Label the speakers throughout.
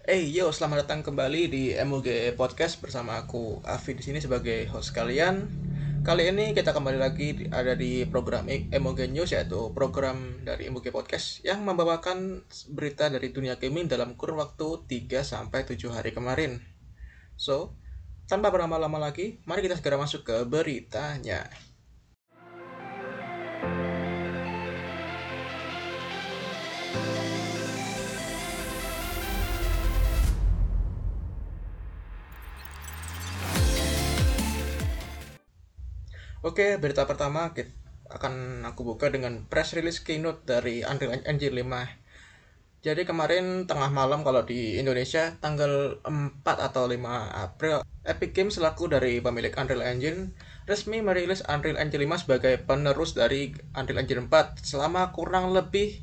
Speaker 1: Yo, selamat datang kembali di MUG Podcast bersama aku Afi di sini sebagai host kalian. Kali ini kita kembali lagi ada di program MUG News, yaitu program dari MUG Podcast yang membawakan berita dari dunia gaming dalam kurun waktu 3 sampai 7 hari kemarin. So, tanpa berlama-lama lagi, mari kita segera masuk ke beritanya. Oke, berita pertama akan aku buka dengan press release keynote dari Unreal Engine 5. Jadi kemarin tengah malam kalau di Indonesia tanggal 4 atau 5 April, Epic Games selaku dari pemilik Unreal Engine resmi merilis Unreal Engine 5 sebagai penerus dari Unreal Engine 4 selama kurang lebih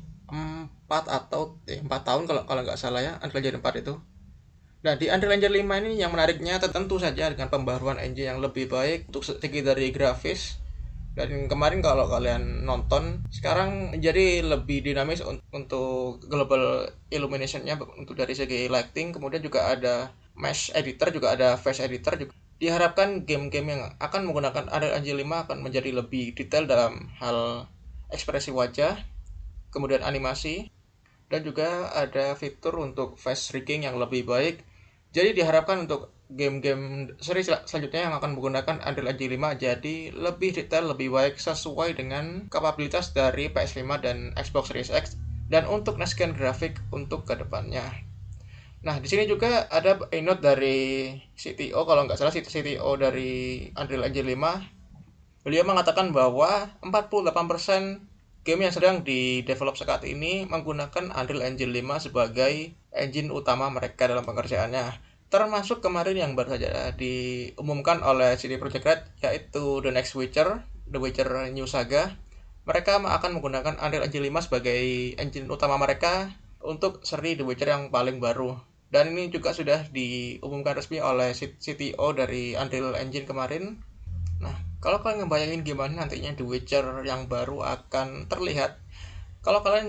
Speaker 1: 4 tahun kalau kalau nggak salah ya, Unreal Engine 4 itu. Nah, di Unreal Engine 5 ini yang menariknya tentu saja dengan pembaruan engine yang lebih baik untuk segi dari grafis. Dan kemarin kalau kalian nonton, sekarang menjadi lebih dinamis untuk global illuminationnya untuk dari segi lighting. Kemudian juga ada mesh editor, juga ada face editor juga. Diharapkan game-game yang akan menggunakan Unreal Engine 5 akan menjadi lebih detail dalam hal ekspresi wajah, kemudian animasi, dan juga ada fitur untuk face rigging yang lebih baik. Jadi diharapkan untuk game-game seri selanjutnya yang akan menggunakan Unreal Engine 5 jadi lebih detail, lebih baik sesuai dengan kapabilitas dari PS5 dan Xbox Series X dan untuk next gen grafik untuk kedepannya. Nah, di sini juga ada keynote dari CTO, kalau nggak salah CTO dari Unreal Engine 5. Beliau mengatakan bahwa 48% game yang sedang di-develop saat ini menggunakan Unreal Engine 5 sebagai engine utama mereka dalam pengerjaannya. Termasuk kemarin yang baru saja diumumkan oleh CD Projekt Red, yaitu The Next Witcher, The Witcher New Saga. Mereka akan menggunakan Unreal Engine 5 sebagai engine utama mereka untuk seri The Witcher yang paling baru. Dan ini juga sudah diumumkan resmi oleh CTO dari Unreal Engine kemarin. Nah, kalau kalian ngebayangin gimana nantinya The Witcher yang baru akan terlihat, kalau kalian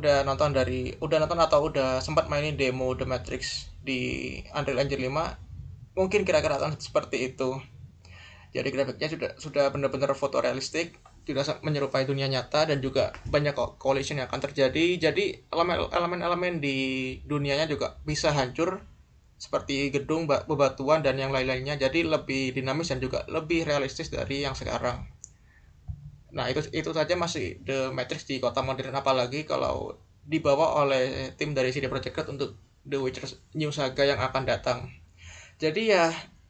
Speaker 1: udah nonton atau udah sempat mainin demo The Matrix di Unreal Engine 5, mungkin kira-kira akan seperti itu. Jadi grafiknya sudah benar-benar fotorealistik, tidak menyerupai dunia nyata dan juga banyak collision yang akan terjadi. Jadi elemen-elemen di dunianya juga bisa hancur seperti gedung, bebatuan dan yang lain-lainnya. Jadi lebih dinamis dan juga lebih realistis dari yang sekarang. Nah, itu saja masih The Matrix di kota modern, apalagi kalau dibawa oleh tim dari CD Projekt Red untuk The Witcher New Saga yang akan datang. Jadi ya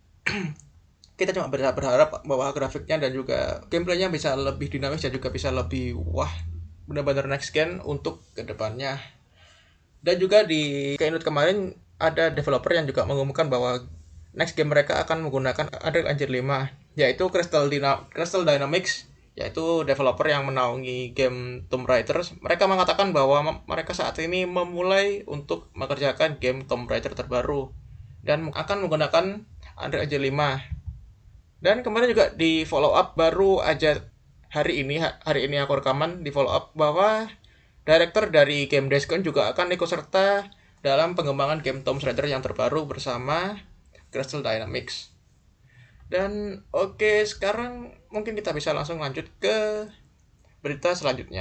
Speaker 1: kita cuma berharap bahwa grafiknya dan juga gameplaynya bisa lebih dinamis dan juga bisa lebih wah, benar-benar next gen untuk kedepannya. Dan juga di keynote kemarin ada developer yang juga mengumumkan bahwa next game mereka akan menggunakan Unreal Engine 5, yaitu Crystal Dynamics, yaitu developer yang menaungi game Tomb Raider. Mereka mengatakan bahwa mereka saat ini memulai untuk mengerjakan game Tomb Raider terbaru dan akan menggunakan Unreal Engine 5. Dan kemarin juga di follow up baru aja hari ini aku rekaman di follow up bahwa director dari game Days Gone juga akan ikut serta dalam pengembangan game Tomb Raider yang terbaru bersama Crystal Dynamics. Dan oke, sekarang mungkin kita bisa langsung lanjut ke berita selanjutnya.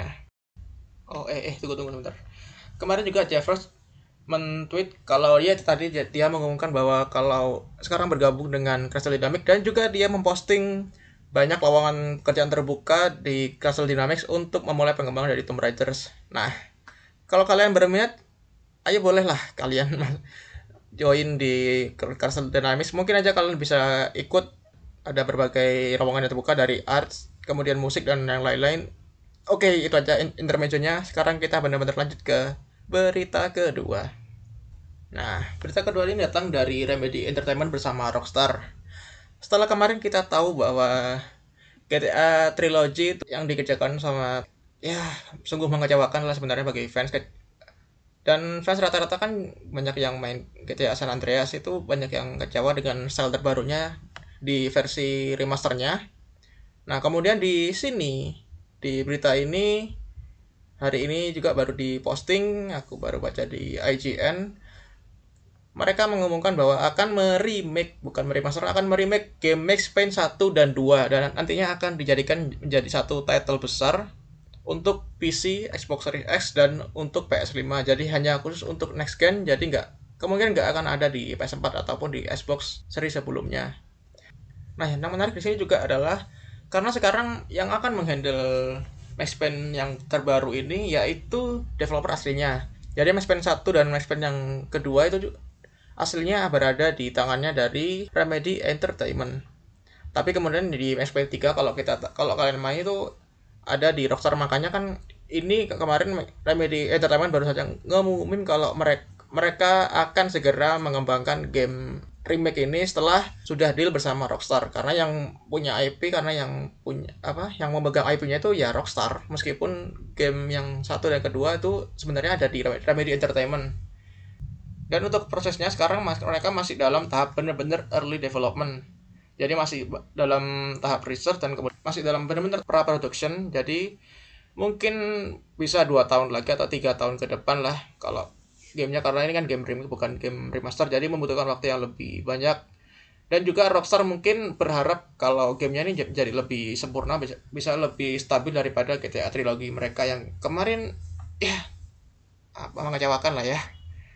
Speaker 1: Tunggu sebentar. Kemarin juga Jeffers men-tweet kalau dia mengumumkan bahwa kalau sekarang bergabung dengan Crystal Dynamics dan juga dia memposting banyak lowongan pekerjaan terbuka di Crystal Dynamics untuk memulai pengembangan dari Tomb Raiders. Nah, kalau kalian berminat, ayo bolehlah kalian join di Crystal Dynamics. Mungkin aja kalian bisa ikut, ada berbagai lowongan yang terbuka dari arts, kemudian musik dan yang lain-lain. Oke, itu aja intermezzonya. Sekarang kita benar-benar lanjut ke berita kedua. Nah, berita kedua ini datang dari Remedy Entertainment bersama Rockstar. Setelah kemarin kita tahu bahwa GTA Trilogy yang dikerjakan sama, ya, sungguh mengecewakan lah sebenarnya bagi fans. Dan fans rata-rata kan banyak yang main GTA San Andreas itu banyak yang kecewa dengan style terbarunya di versi remasternya. Nah, kemudian di sini di berita ini hari ini juga baru diposting, aku baru baca di IGN mereka mengumumkan bahwa akan akan meremake game Max Payne 1 dan 2 dan nantinya akan dijadikan menjadi satu title besar untuk PC, Xbox Series X dan untuk PS5. Jadi hanya khusus untuk next gen, jadi kemungkinan nggak akan ada di PS4 ataupun di Xbox Series sebelumnya. Nah, yang menarik di sini juga adalah karena sekarang yang akan menghandle Max Payne yang terbaru ini yaitu developer aslinya. Jadi Max Payne 1 dan Max Payne yang kedua itu aslinya berada di tangannya dari Remedy Entertainment. Tapi kemudian di Max Payne 3 kalau kalian main itu ada di Rockstar, makanya kan ini kemarin Remedy Entertainment baru saja ngumumin kalau mereka akan segera mengembangkan game remake ini setelah sudah deal bersama Rockstar, karena yang punya IP, yang memegang IP-nya itu ya Rockstar, meskipun game yang satu dan kedua itu sebenarnya ada di Remedy Entertainment. Dan untuk prosesnya sekarang mereka masih dalam tahap benar-benar early development, jadi masih dalam tahap research dan kemudian masih dalam benar-benar pra-production. Jadi mungkin bisa 2 tahun lagi atau 3 tahun ke depan lah kalau gamenya, karena ini kan game remake bukan game remaster, jadi membutuhkan waktu yang lebih banyak. Dan juga Rockstar mungkin berharap kalau gamenya ini jadi lebih sempurna, bisa lebih stabil daripada GTA trilogi mereka yang kemarin ya mengecewakan lah ya.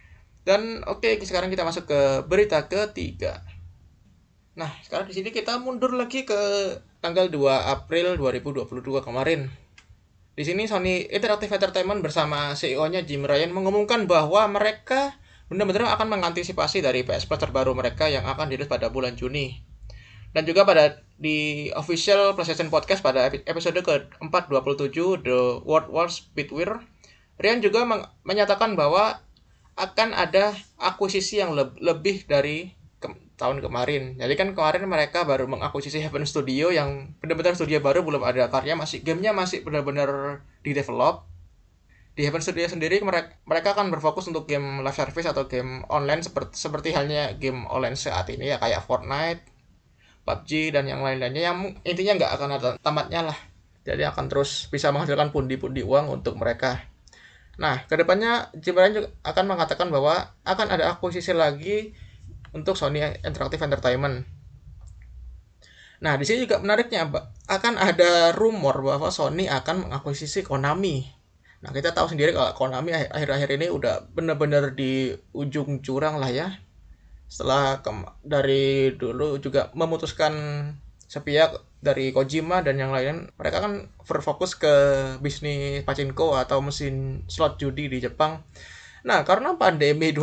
Speaker 1: Dan oke, sekarang kita masuk ke berita ketiga. Nah, sekarang di sini kita mundur lagi ke tanggal 2 April 2022 kemarin. Di sini Sony Interactive Entertainment bersama CEO-nya Jim Ryan mengumumkan bahwa mereka benar-benar akan mengantisipasi dari PS Plus terbaru mereka yang akan dirilis pada bulan Juni. Dan juga di official PlayStation Podcast pada episode ke-427 The World Wars Bitware, Ryan juga menyatakan bahwa akan ada akuisisi yang lebih dari tahun kemarin. Jadi kan kemarin mereka baru mengakuisisi Haven Studio yang benar-benar studio baru, belum ada karya, gamenya masih benar-benar di-develop. Di Haven Studio sendiri mereka akan berfokus untuk game live service atau game online seperti halnya game online saat ini ya, kayak Fortnite, PUBG dan yang lain-lainnya, yang intinya nggak akan ada tamatnya lah. Jadi akan terus bisa menghasilkan pundi-pundi uang untuk mereka. Nah, kedepannya Jim Ryan juga akan mengatakan bahwa akan ada akuisisi lagi untuk Sony Interactive Entertainment. Nah, di sini juga menariknya akan ada rumor bahwa Sony akan mengakuisisi Konami. Nah, kita tahu sendiri kalau Konami akhir-akhir ini udah benar-benar di ujung jurang lah ya. Setelah dari dulu juga memutuskan sepihak dari Kojima dan yang lain, mereka kan berfokus ke bisnis pachinko atau mesin slot judi di Jepang. Nah, karena pandemi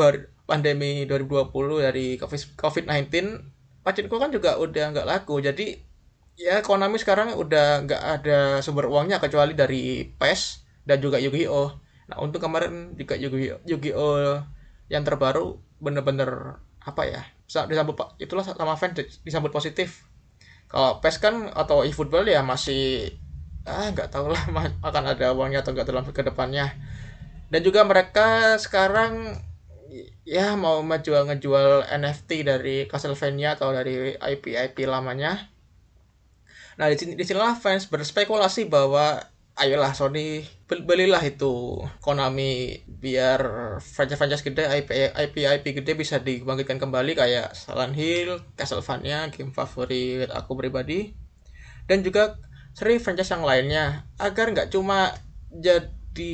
Speaker 1: 2020 dari COVID-19, pachinko kan juga udah nggak laku. Jadi ya Konami sekarang udah nggak ada sumber uangnya kecuali dari PES dan juga Yu-Gi-Oh. Nah, untuk kemarin juga Yu-Gi-Oh yang terbaru bener-bener apa ya, itulah sama fans disambut positif. Kalau PES kan atau eFootball ya masih nggak tahu lah akan ada uangnya atau nggak dalam kedepannya. Dan juga mereka sekarang ya mau ngejual NFT dari Castlevania atau dari IP lamanya. Nah, disinilah fans berspekulasi bahwa ayolah Sony belilah itu Konami biar franchise gede, IP gede bisa dibangkitkan kembali kayak Silent Hill, Castlevania, game favorit aku pribadi, dan juga seri franchise yang lainnya, agar nggak cuma jadi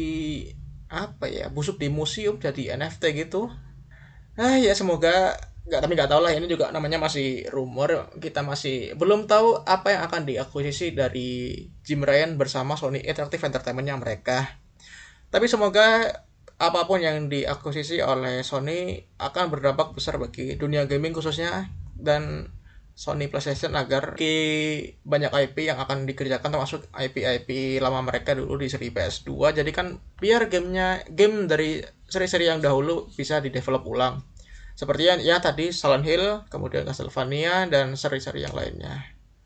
Speaker 1: busuk di museum jadi NFT gitu. Ya semoga nggak tahu lah, ini juga namanya masih rumor, kita masih belum tahu apa yang akan diakuisisi dari Jim Ryan bersama Sony Interactive Entertainment-nya mereka. Tapi semoga apapun yang diakuisisi oleh Sony akan berdampak besar bagi dunia gaming khususnya dan Sony PlayStation, agar banyak IP yang akan dikerjakan, termasuk IP lama mereka dulu di seri PS2. Jadi kan biar game dari seri-seri yang dahulu bisa di-develop ulang. Seperti ya tadi Silent Hill, kemudian Castlevania dan seri-seri yang lainnya.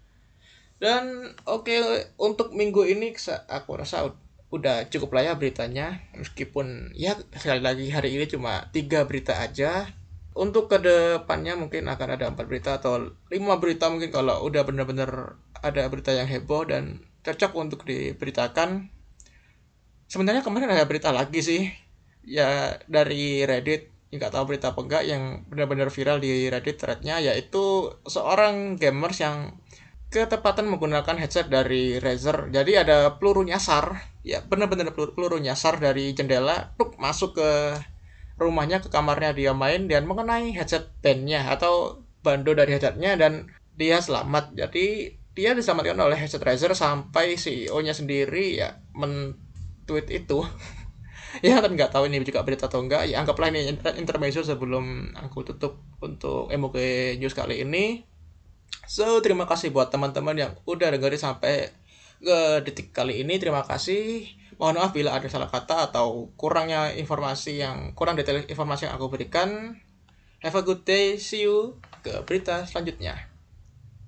Speaker 1: Dan oke, untuk minggu ini aku rasa udah cukup lah ya beritanya. Meskipun ya sekali lagi hari ini cuma 3 berita aja. Untuk kedepannya mungkin akan ada 4 berita atau 5 berita mungkin kalau udah benar-benar ada berita yang heboh dan cocok untuk diberitakan. Sebenarnya kemarin ada berita lagi sih ya dari Reddit. nggak tahu berita apa enggak, yang benar-benar viral di Reddit threadnya, yaitu seorang gamers yang ketepatan menggunakan headset dari Razer. Jadi ada peluru nyasar, ya benar-benar peluru nyasar dari jendela, masuk ke rumahnya, ke kamarnya dia main, dan mengenai headset bandnya atau bando dari headsetnya, dan dia selamat. Jadi dia diselamatkan oleh headset Razer, sampai CEO-nya sendiri ya men-tweet itu. Ya kan nggak tahu ini juga berita atau enggak, ya anggaplah ini intermezzo sebelum aku tutup untuk Emoke News kali ini. So terima kasih buat teman-teman yang udah dengerin sampai ke detik kali ini. Terima kasih, mohon maaf bila ada salah kata atau kurangnya informasi, yang kurang detail informasi yang aku berikan. Have a good day, see you ke berita selanjutnya.